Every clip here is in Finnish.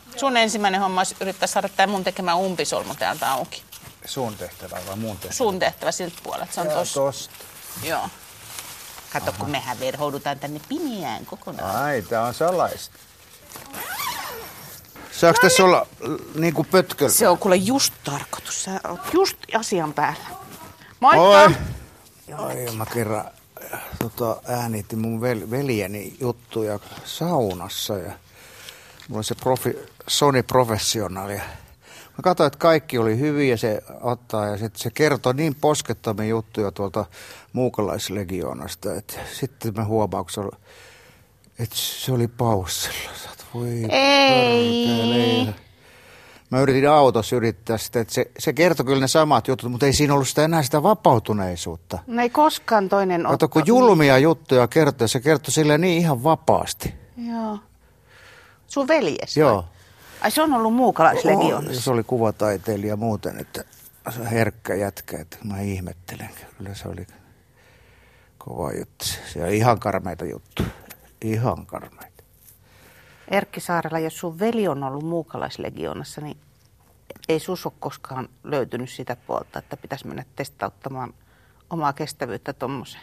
Sun ensimmäinen homma olisi yrittää saada tämä mun tekemä umpisolmu täältä auki. Sun tehtävä vai mun tehtävä? Sun tehtävä siltä puolelta. Se on tosta. Joo. Kato, kun mehän verhoudutaan tänne pimeään kokonaan. Ai, tää on salaista. Saako tässä olla niinku pötköllä? Se on kuule just tarkoitus. Sä oot just asian päällä. Moikka! Moi! Ai, mä kerran äänitin mun veljeni juttuja saunassa ja mulla on se Sony Professional ja mä katsoin, että kaikki oli hyviä se ottaa ja sitten se kertoi niin poskettomia juttuja tuolta muukalaislegioonasta, että sitten mä huomaan, että se oli paussilla. Voi ei. Mä yritin autossa yrittää sitä, että se kertoi kyllä ne samat jutut, mutta ei siinä ollut enää sitä vapautuneisuutta. No ei koskaan toinen ottaa. Kun julmia juttuja kertoi, se kertoi silleen niin ihan vapaasti. Joo. Sun veljes? Joo. Ai se on ollut muukalaislegioonassa? Se oli kuvataiteilija muuten, että se herkkä jätkä, että mä ihmettelen. Kyllä se oli kova juttu. Se on ihan karmeita juttuja. Ihan karmeita. Erkki Saarela, jos sun veli on ollut muukalaislegioonassa, niin ei sus ole koskaan löytynyt sitä puolta, että pitäisi mennä testauttamaan omaa kestävyyttä tommoseen?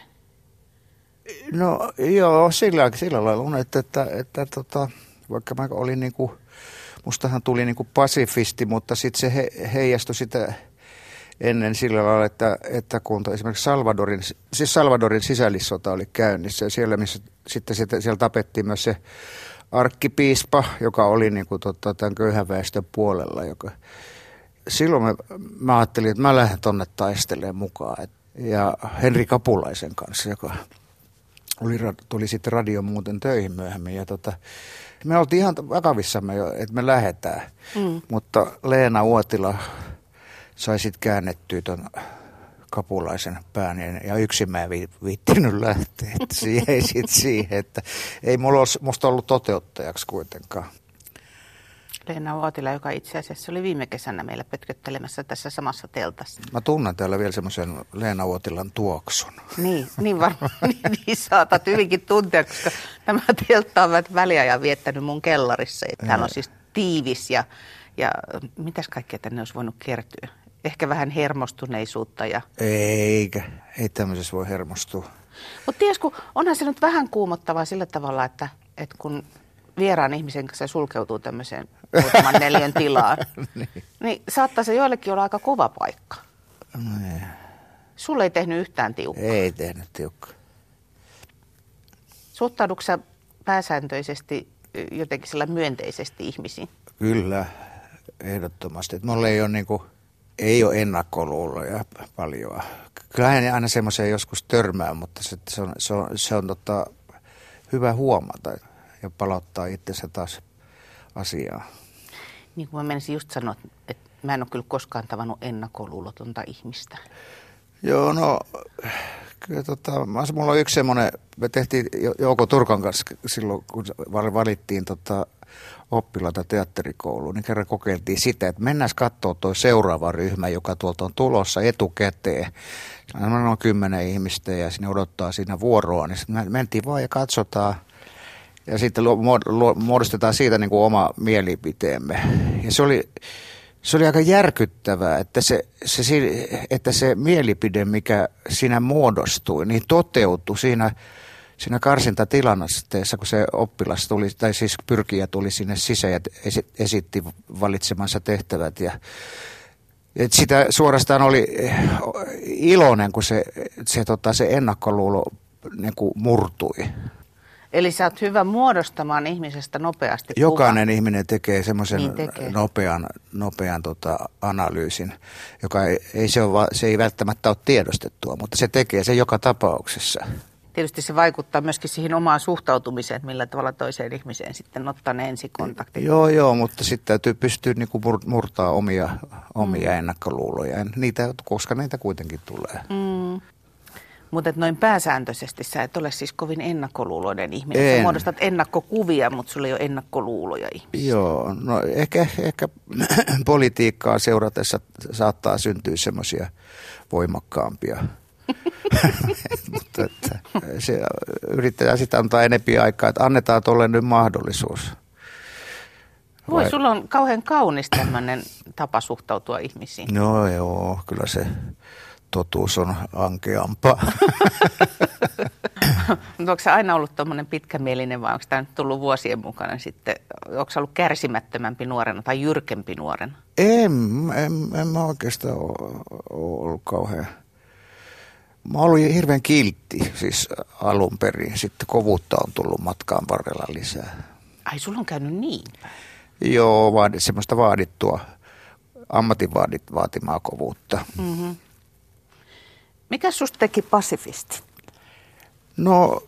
No joo, sillä lailla on, että vaikka mä olin niinku, mustahan tuli niinku pasifisti, mutta sitten se heijastui sitä ennen sillä lailla, että kun esimerkiksi Salvadorin sisällissota oli käynnissä ja siellä, missä sitten siellä tapettiin myös se arkkipiispa, joka oli niinku tämän köyhän väestön puolella. Silloin mä ajattelin, että mä lähden tonne taistelemaan mukaan. Ja Henri Kapulaisen kanssa, joka tuli sitten radio muuten töihin myöhemmin. Ja me oltiin ihan vakavissamme jo, että me lähdetään. Mutta Leena Uotila sai sitten käännettyä ton Kapulaisen pään ja yksin mä en viittinyt lähteä. Siihen, että ei musta ollut toteuttajaksi kuitenkaan. Leena Uotila, joka itse asiassa oli viime kesänä meillä pötköttelemässä tässä samassa teltassa. Mä tunnen täällä vielä semmoisen Leena Uotilan tuoksun. Niin varmaan niin saatat hyvinkin tuntea, koska tämä teltta on väliajan viettänyt mun kellarissa. Hän on siis tiivis ja mitäs kaikkea tänne olisi voinut kertyä? Ehkä vähän hermostuneisuutta. Ei tämmöisessä voi hermostua. Mutta ties, kun onhan se nyt vähän kuumottavaa sillä tavalla, että kun vieraan ihmisen kanssa sulkeutuu tämmöiseen muutaman 4 tilaan, niin saattaa se joillekin olla aika kova paikka. No. Sulle ei tehnyt yhtään tiukkaa. Ei tehnyt tiukkaa. Suhtaudutko sä pääsääntöisesti jotenkin sillä myönteisesti ihmisiin? Kyllä, ehdottomasti. Et mulla ei ole ennakkoluuloja paljon. Kyllähän aina semmoiseen joskus törmää, mutta se on hyvä huomata ja palauttaa itsensä taas asiaan. Niin kuin mä menisin just sanoa, että mä en ole kyllä koskaan tavannut ennakkoluulotonta ihmistä. Joo, no kyllä mulla on yksi semmoinen, me tehtiin Jouko Turkan kanssa silloin, kun valittiin oppilaita teatterikouluun, niin kerran kokeiltiin sitä, että mennään katsoa tuo seuraava ryhmä, joka tuolta on tulossa etukäteen. Meillä on 10 ihmistä ja sinne odottaa siinä vuoroa, niin me mentiin vaan ja katsotaan. Ja sitten muodostetaan siitä niin kuin oma mielipiteemme. Ja se oli aika järkyttävää, että se mielipide, mikä siinä muodostui, niin toteutui siinä karsintatilanteessa, kun se oppilas tuli, tai siis pyrkijä tuli sinne sisään ja esitti valitsemansa tehtävät. Ja sitä suorastaan oli iloinen, kun se ennakkoluulo niin kuin murtui. Eli sä oot hyvä muodostamaan ihmisestä nopeasti kuvan. Jokainen ihminen tekee semmoisen nopean analyysin, joka se ei välttämättä ole tiedostettua, mutta se tekee se joka tapauksessa. Tietysti se vaikuttaa myöskin siihen omaan suhtautumiseen, millä tavalla toiseen ihmiseen sitten ottaa ne ensikontaktit. Joo, mutta sitten täytyy pystyä niinku murtaa omia ennakkoluuloja, koska niitä kuitenkin tulee. Mutta noin pääsääntöisesti sä et ole siis kovin ennakkoluuloinen ihminen. Sä muodostat ennakkokuvia, mutta sulla ei ole ennakkoluuloja ihmisistä. Joo, no ehkä politiikkaa seuratessa saattaa syntyä semmoisia voimakkaampia. Mutta yritetään sitä antaa enempi aikaa, että annetaan tuolle nyt mahdollisuus. Voi, sulla on kauhean kaunis tämmöinen tapa suhtautua ihmisiin. No joo, kyllä se totuus on ankeampaa. Onko se aina ollut tuommoinen pitkämielinen vai onko tämä nyt tullut vuosien mukana sitten? Onko se ollut kärsimättömämpi nuorena tai jyrkempi nuorena? En mä oikeastaan ole ollut kauhean. Mä oon ollut hirveän kiltti siis alun perin. Sitten kovuutta on tullut matkaan varrella lisää. Ai, sulla on käynyt niin? Joo, semmoista vaadittua, ammatin vaatimaa kovuutta. Mm-hmm. Mikä susta teki pasifisti? No,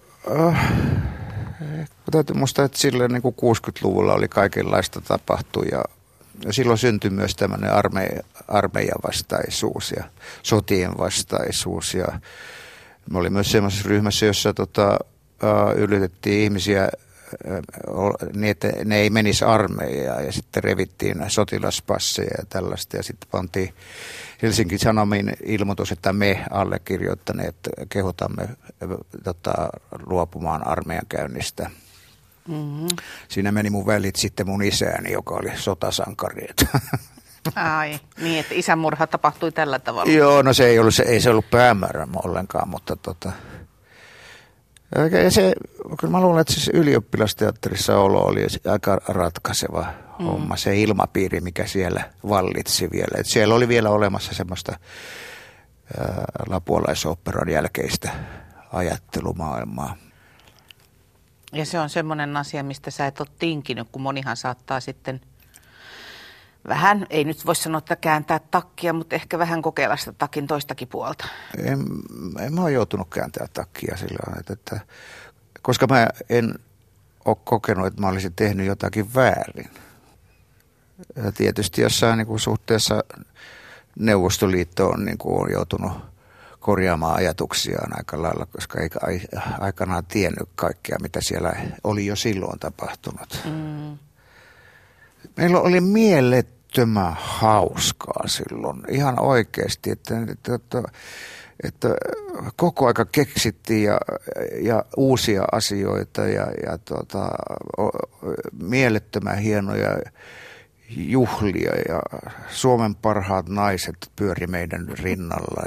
täytyy muistaa, että silloin niin kuin 60-luvulla oli kaikenlaista tapahtuu ja silloin syntyi myös tämmöinen armeijan vastaisuus ja sotien vastaisuus. Ja me oli myös semmoisessa ryhmässä, jossa yllytettiin ihmisiä niin, että ne ei menisi armeijaan ja sitten revittiin sotilaspasseja ja tällaista ja sitten pantiin Helsingin Sanomiin ilmoitus, että me allekirjoittaneet kehotamme luopumaan armeijan käynnistä. Mm-hmm. Siinä meni mun välit sitten mun isääni, joka oli sotasankari. Ai, niin että isänmurha tapahtui tällä tavalla. Joo, no se ei ollut päämäärä ollenkaan, mutta ja kyllä mä luulen, että siis ylioppilasteatterissa olo oli aika ratkaiseva homma, se ilmapiiri, mikä siellä vallitsi vielä. Et siellä oli vielä olemassa semmoista lapualaisoopperan jälkeistä ajattelumaailmaa. Ja se on semmoinen asia, mistä sä et ole tinkinyt, kun monihan saattaa sitten vähän, ei nyt voi sanoa, että kääntää takkia, mutta ehkä vähän kokeilla sitä takin toistakin puolta. En mä ole joutunut kääntää takkia sillä että koska mä en ole kokenut, että mä olisin tehnyt jotakin väärin. Ja tietysti jossain niin kuin suhteessa Neuvostoliittoon niin kuin on joutunut korjaamaan ajatuksiaan aika lailla, koska ei aikanaan tiennyt kaikkea, mitä siellä oli jo silloin tapahtunut. Mm. Meillä oli mielettömän hauskaa silloin, ihan oikeasti, että koko aika keksittiin ja uusia asioita ja mielettömän hienoja juhlia ja Suomen parhaat naiset pyöri meidän rinnalla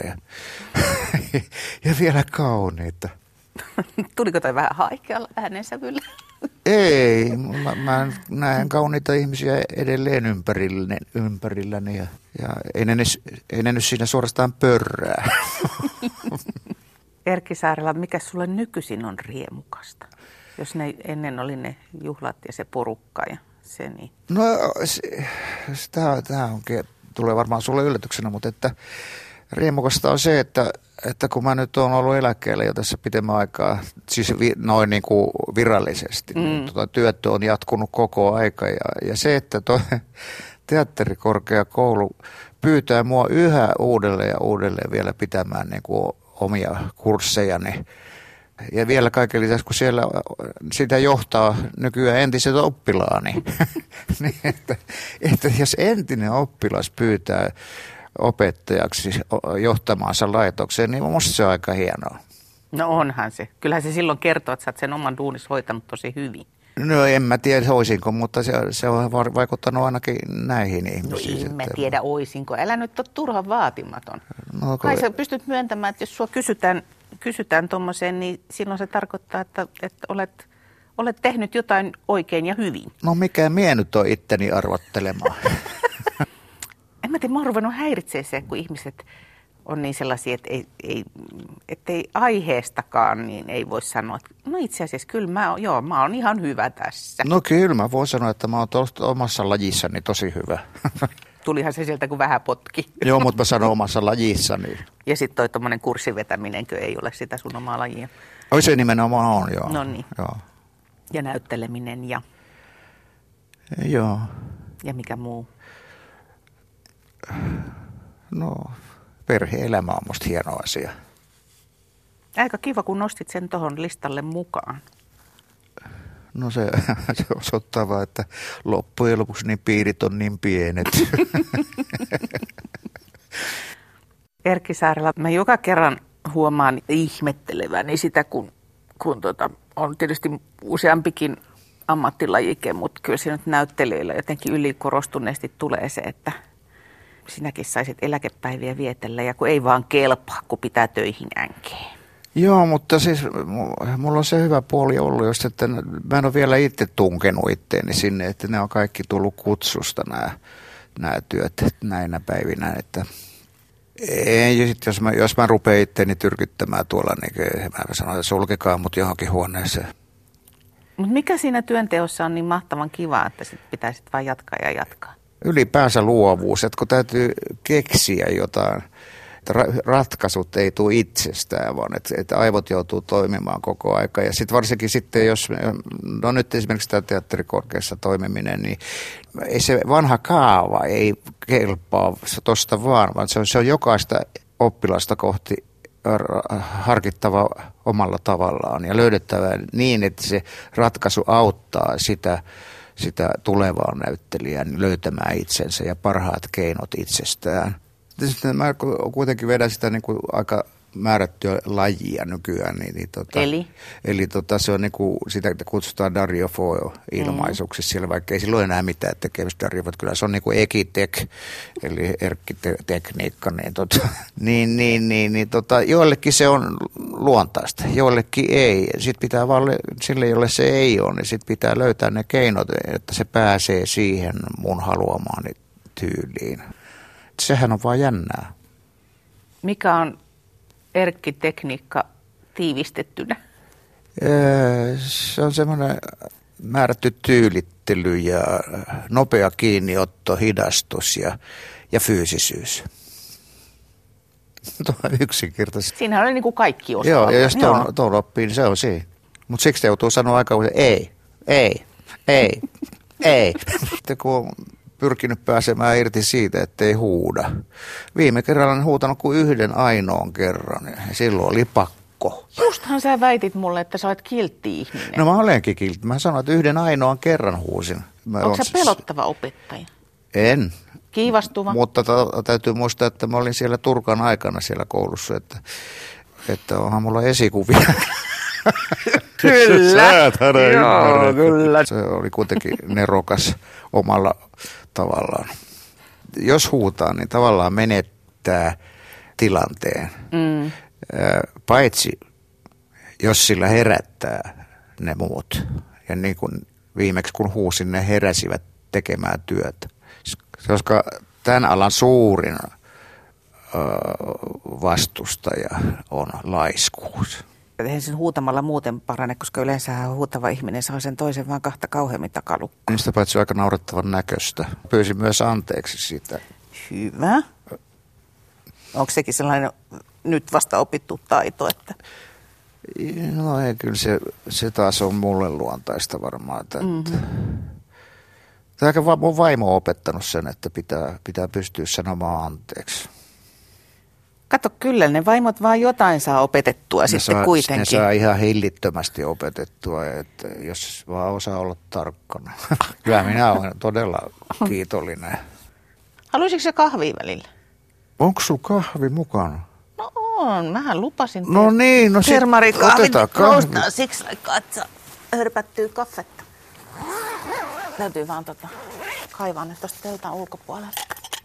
ja vielä kauniita. Tuliko toi vähän haikealla äänensävyllä? Ei, mä näen kauniita ihmisiä edelleen ympärilläni ja ei ne nyt siinä suorastaan pörrää. Erkki Saarela, mikä sulle nykyisin on riemukasta? Jos ne ennen oli ne juhlat ja se porukka ja se niin. No tämä tulee varmaan sulle yllätyksenä, mutta että riemukasta on se, että kun mä nyt oon ollut eläkkeellä jo tässä pitemmän aikaa, siis noin niin kuin virallisesti, niin työt on jatkunut koko aika ja se, että tuo teatterikorkeakoulu pyytää mua yhä uudelleen ja uudelleen vielä pitämään niin kuin omia kurssejani. Ja vielä kaiken lisäksi, kun siellä sitä johtaa nykyään entiset oppilaani, niin että jos entinen oppilas pyytää opettajaksi johtamaansa laitokseen, niin minusta se on aika hienoa. No onhan se. Kyllähän se silloin kertoo, että sä oot sen oman duunis hoitanut tosi hyvin. No en mä tiedä oisinko, mutta se on vaikuttanut ainakin näihin ihmisiin. No en mä tiedä oisinko. Älä nyt ole turhan vaatimaton. No, kai sä pystyt myöntämään, että jos sua kysytään tuommoiseen, niin silloin se tarkoittaa, että olet tehnyt jotain oikein ja hyvin. No mikä mie nyt on itteni arvottelemaan? En mä tiedä, mä oon ruvennut häiritsemään se, kun ihmiset on niin sellaisia, että ei aiheestakaan, niin ei voi sanoa, että no itse asiassa kyllä mä oon ihan hyvä tässä. No kyllä, mä voin sanoa, että mä oon omassa lajissani tosi hyvä. Tulihan se sieltä, kun vähän potki. Joo, mutta mä sanon omassa lajissani. Ja sitten toi tommonen kurssivetäminenkö ei ole sitä sun omaa lajia? Oi se nimenomaan on, joo. No niin. Joo. Ja näytteleminen ja... Joo. Ja mikä muu? No, perhe-elämä on musta hieno asia. Aika kiva, kun nostit sen tohon listalle mukaan. No se osoittaa vaan, että loppujen lopuksi niin piirit on niin pienet. Erkki Saarela, mä joka kerran huomaan ihmetteleväni sitä, kun on tietysti useampikin ammattilajike, mutta kyllä siinä nyt näyttelijöillä jotenkin ylikorostuneesti tulee se, että sinäkin saisit eläkepäiviä vietellä ja kun ei vaan kelpaa, kun pitää töihin änkeä. Joo, mutta siis mulla on se hyvä puoli ollut just, että mä en ole vielä itse tunkenut itteeni sinne, että ne on kaikki tullut kutsusta nämä työt näinä päivinä, että ei, sit jos mä rupean itteeni tyrkyttämään tuolla, niin mä sanon, että sulkekaa mut johonkin huoneeseen. Mutta mikä siinä työnteossa on niin mahtavan kiva, että sit pitäisit vain jatkaa ja jatkaa? Ylipäänsä luovuus, että kun täytyy keksiä jotain, että ratkaisut ei tule itsestään, vaan että aivot joutuu toimimaan koko aika. Ja sitten varsinkin sitten, jos, no nyt esimerkiksi tämä teatterikorkeassa toimiminen, niin ei se vanha kaava ei kelpaa tuosta vaan se on jokaista oppilasta kohti harkittava omalla tavallaan ja löydettävä niin, että se ratkaisu auttaa sitä tulevaa näyttelijää löytämään itsensä ja parhaat keinot itsestään. Sitten mä kuitenkin vedän sitä niin kuin aika määrättyä lajia nykyään. Eli se on niin kuin, sitä kutsutaan Dario Fo-ilmaisuksi siellä, vaikka ei silloin enää mitään tekemistä Dario, kyllä se on niin kuin ekitek, eli erkkitekniikka. Joillekin se on luontaista, joillekin ei. Sitten pitää vaan, sille jolle se ei ole, niin sitten pitää löytää ne keinot, että se pääsee siihen mun haluamaani tyyliin. Sehän on vaan jännää. Mikä on erkkitekniikka tiivistettynä? Se on semmoinen määrätty tyylittely ja nopea kiinniotto, hidastus ja fyysisyys. Tuo on yksinkertaisesti. Siinähän oli niin kuin kaikki osa. Joo, ja jos tuon oppii, niin se on siinä. Mutta siksi joutuu sanoa aika usein, ei. Sitten kun on pyrkinyt pääsemään irti siitä, ettei huuda. Viime kerralla en huutanut kuin yhden ainoan kerran, ja silloin oli pakko. Justhan sä väitit mulle, että sä olet kiltti ihminen. No mä olenkin kiltti. Mä sanoin, että yhden ainoan kerran huusin. Onko sä pelottava opettaja? En. Kiivastuva? Mutta täytyy muistaa, että mä olin siellä Turkan aikana siellä koulussa, että onhan mulla esikuvia. Kyllä. Joo, kyllä. Se oli kuitenkin nerokas omalla tavallaan. Jos huutaa, niin tavallaan menettää tilanteen. Paitsi jos sillä herättää ne muut. Ja niin kuin viimeksi kun huusin, ne heräsivät tekemään työtä. Koska tämän alan suurin vastustaja on laiskuus. Eihän sen huutamalla muuten parane, koska yleensä huutava ihminen saa sen toisen vaan kahta kauheammin takalukkoon. Niistä paitsi aika naurettavan näköistä. Pyysin myös anteeksi siitä. Hyvä. Onko sekin sellainen nyt vasta opittu taito, että... No ei, kyllä se taas on mulle luontaista varmaan. Mun vaimo on opettanut sen, että pitää pystyä sanomaan anteeksi. Kato, kyllä ne vaimot vaan jotain saa opetettua sitten kuitenkin. Ne saa ihan hillittömästi opetettua, että jos vaan osaa olla tarkkana. Kyllä minä olen todella kiitollinen. Haluaisitko se kahvia välillä? Onko sulla kahvi mukana? No on, mähän lupasin. No niin, no otetaan kahvi. Siksi aikaa, että saa hörpättyä kaffetta. Täytyy vaan kaivaa ne tuosta teltan ulkopuolelta.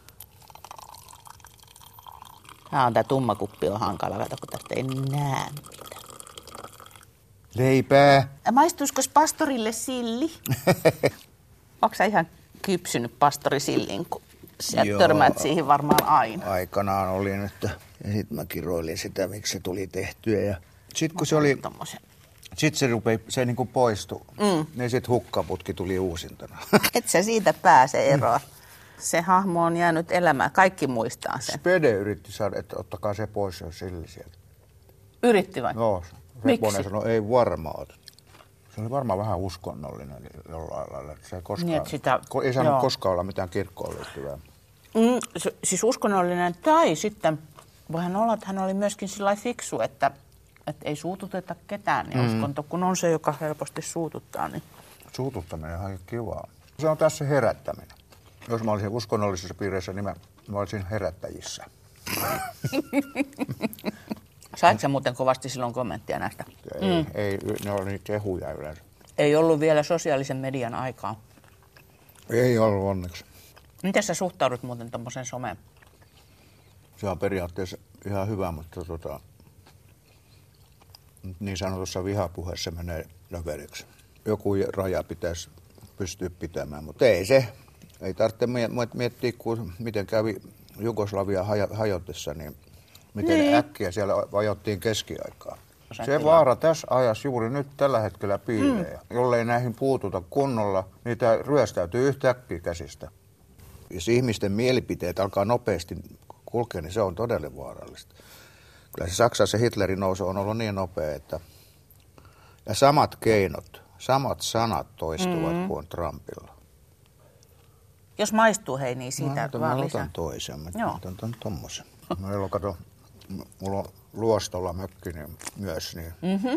Tää tumma kuppi on hankala, kato, kun tästä ei näe mitään. Leipää. Maistuisiko pastorille silli? Onko sä ihan kypsynyt pastorisillin, kun sä törmäät siihen varmaan aina? Aikanaan olin, että ja sit mä kiroilin sitä, miksi se tuli tehtyä. Ja sit kun se oli, sit se niinku poistui, niin sit hukkaputki tuli uusintana. Et sä siitä pääse eroon. Se hahmo on jäänyt elämään. Kaikki muistaa sen. Spede yritti saada, että ottakaa se pois, se on silli sieltä. Yritti vai? Joo. Reponen sanoi, ei varmaan. Se oli varmaan vähän uskonnollinen jollain lailla. Se ei koskaan, niin, ei saanut koskaan olla mitään kirkkoon liittyvää. Siis uskonnollinen tai sitten voihan olla, että hän oli myöskin sillä fiksu, että ei suututeta ketään. Niin uskonto, kun on se, joka helposti suututtaa. Niin... Suututtaminen on ihan kivaa. Se on tässä herättäminen. Jos mä olisin uskonnollisissa piireissä, niin mä olisin herättäjissä. Saitko sä muuten kovasti silloin kommenttia näistä? Ei, ne oli kehuja yleensä. Ei ollut vielä sosiaalisen median aikaa. Ei ollut onneksi. Miten sä suhtaudut muuten tommoseen someen? Se on periaatteessa ihan hyvä, mutta niin sanotussa vihapuheessa menee löveriksi. Joku raja pitäisi pystyä pitämään, mutta ei tarvitse miettiä, miten kävi Jugoslavia hajotessa, niin miten äkkiä siellä vajottiin keskiaikaa. Se vaara tässä ajassa juuri nyt tällä hetkellä piilee. Jollei näihin puututa kunnolla, niitä ryöstäytyy yhtäkkiä käsistä. Jos ihmisten mielipiteet alkaa nopeasti kulkea, niin se on todella vaarallista. Kyllä se Saksassa Hitlerin nousu on ollut niin nopea, että ja samat keinot, samat sanat toistuvat kuin Trumpilla. Jos maistuu niin siitä vaan lisää. Mä otan toisen, mä otan tommosen. Mulla on luostolla mökki niin myös, niin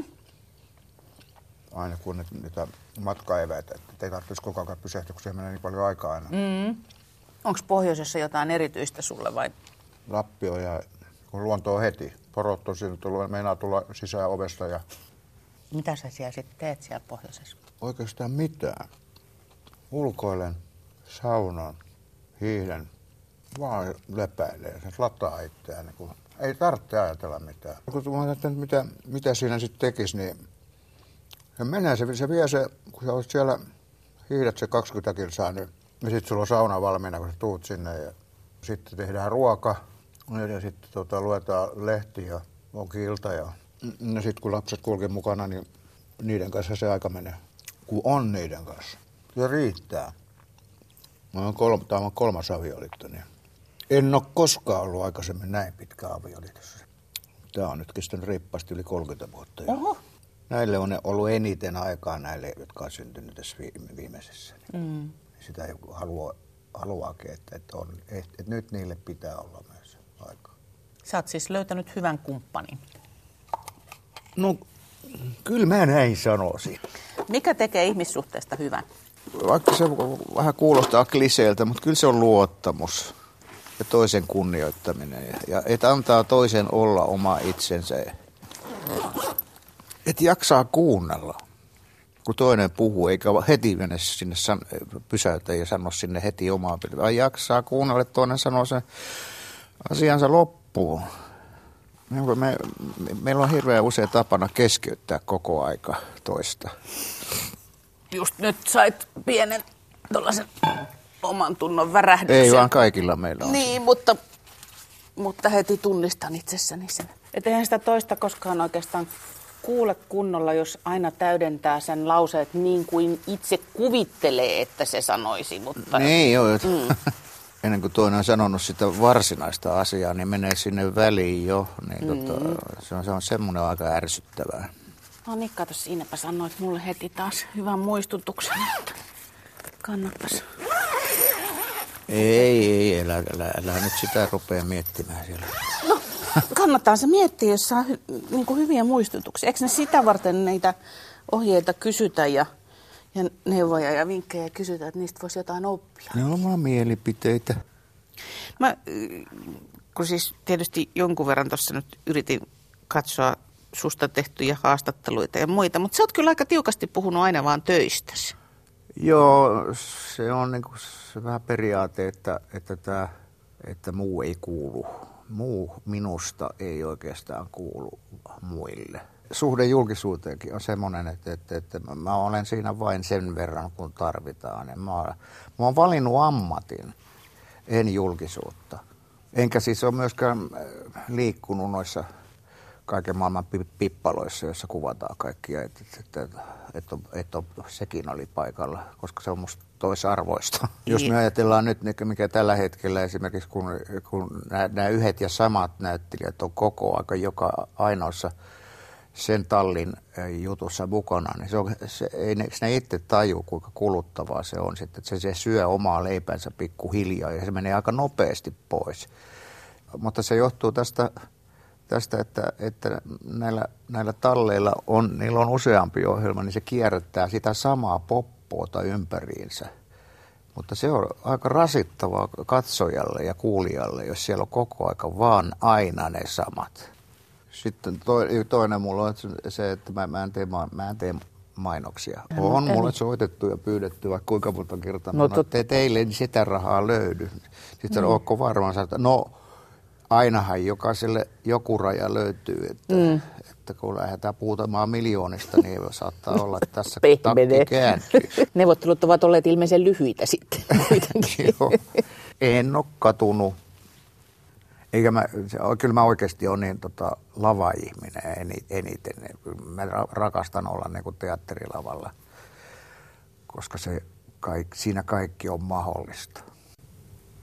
aina kun niitä matkaeväitä, että ei tarvitsisi koko ajan pysähtyä, kun se menee niin paljon aikaa aina. Onko pohjoisessa jotain erityistä sulle vai? Lappi on ja kun luonto on heti. Porot on siinä, meinaa tulla sisään ovesta ja... Mitä sä siellä sitten teet siellä pohjoisessa? Oikeastaan mitään. Ulkoilen, saunan, hiihden, vaan lepäilee. Se lataa itseään. Niin ei tarvitse ajatella mitään. Kun mä ajattelin, että mitä siinä sitten tekisi, niin se vie se, kun sä olet siellä, hiihdät se 20 kilsaa, niin ja sitten sulla on sauna valmiina, kun sä tuut sinne ja sitten tehdään ruoka ja sitten luetaan lehti ja onkin ilta ja sitten kun lapset kulkee mukana, niin niiden kanssa se aika menee, kun on niiden kanssa. Se riittää. Tämä on 3. avioliitto, niin en ole koskaan ollut aikaisemmin näin pitkä avioliitossa. Tämä on nyt kestänyt reippaasti yli 30 vuotta. Oho. Näille on ollut eniten aikaa näille, jotka on syntynyt tässä viimeisessä. Sitä ei haluaakin, että nyt niille pitää olla myös aikaa. Sä oot siis löytänyt hyvän kumppanin. No, kyllä mä näin sanoisin. Mikä tekee ihmissuhteesta hyvän? Vaikka se vähän kuulostaa kliseeltä, mutta kyllä se on luottamus ja toisen kunnioittaminen. Ja että antaa toisen olla oma itsensä. Että jaksaa kuunnella, kun toinen puhuu, eikä heti mene sinne pysäytä ja sano sinne heti omaa peliä. Vaan jaksaa kuunnella, että toinen sanoo sen asiansa loppuun. Meillä on hirveän usein tapana keskeyttää koko aika toista. Just nyt sait pienen tuollaisen oman tunnon värähdyksen. Ei vaan kaikilla meillä on. Niin, mutta heti tunnistan itsessäni sen. Et eihän sitä toista koskaan oikeastaan kuule kunnolla, jos aina täydentää sen lauseet niin kuin itse kuvittelee, että se sanoisi. Mutta... Niin joo. Ennen kuin toinen on sanonut sitä varsinaista asiaa, niin menee sinne väliin jo. Niin se on semmoinen aika ärsyttävää. No niin, kato, siinäpä sanoit mulle heti taas hyvän muistutuksen, että kannattaisi. Ei, älä nyt sitä rupea miettimään siellä. No, kannattaa se miettiä, jos saa niin hyviä muistutuksia. Eikö ne sitä varten niitä ohjeita kysytä ja neuvoja ja vinkkejä kysytä, että niistä voisi jotain oppia? Ne on vaan mielipiteitä. Kun siis tietysti jonkun verran tuossa nyt yritin katsoa susta tehtyjä haastatteluita ja muita, mutta sä oot kyllä aika tiukasti puhunut aina vaan töistäsi. Joo, se on niin kuin se vähän periaate, että muu ei kuulu. Muu minusta ei oikeastaan kuulu muille. Suhde julkisuuteenkin on semmoinen, että mä olen siinä vain sen verran, kun tarvitaan. Mä oon valinnut ammatin, en julkisuutta. Enkä siis ole myöskään liikkunut noissa kaiken maailman pippaloissa, joissa kuvataan kaikkia, että sekin oli paikalla, koska se on musta toisarvoista. Jos me ajatellaan nyt, mikä tällä hetkellä esimerkiksi, kun nämä yhdet ja samat näyttelijät on koko aika joka ainoassa sen tallin jutussa mukana, niin eikö ne itse taju, kuinka kuluttavaa se on sitten, että se syö omaa leipänsä pikkuhiljaa ja se menee aika nopeasti pois. Mutta se johtuu tästä, että näillä talleilla niillä on useampi ohjelma, niin se kierrättää sitä samaa poppoota ympäriinsä. Mutta se on aika rasittavaa katsojalle ja kuulijalle, jos siellä on koko aika vaan aina ne samat. Sitten toinen mulla on se, että mä en tee mainoksia. On mulle soitettu ja pyydetty vaikka kuinka monta kertaa. No, että teille ei sitä rahaa löydy. Sitten ootko varmaan sanoa, että no ainahan jokaiselle joku raja löytyy. Että kun lähdetään puutamaan miljoonista, niin saattaa olla, että tässä takki kääntyy. Neuvottelut ovat olleet ilmeisen lyhyitä sitten. Joo. En ole katunut. Kyllä mä oikeasti olen niin lava-ihminen eniten. Mä rakastan olla niin kuin teatterilavalla, koska siinä kaikki on mahdollista.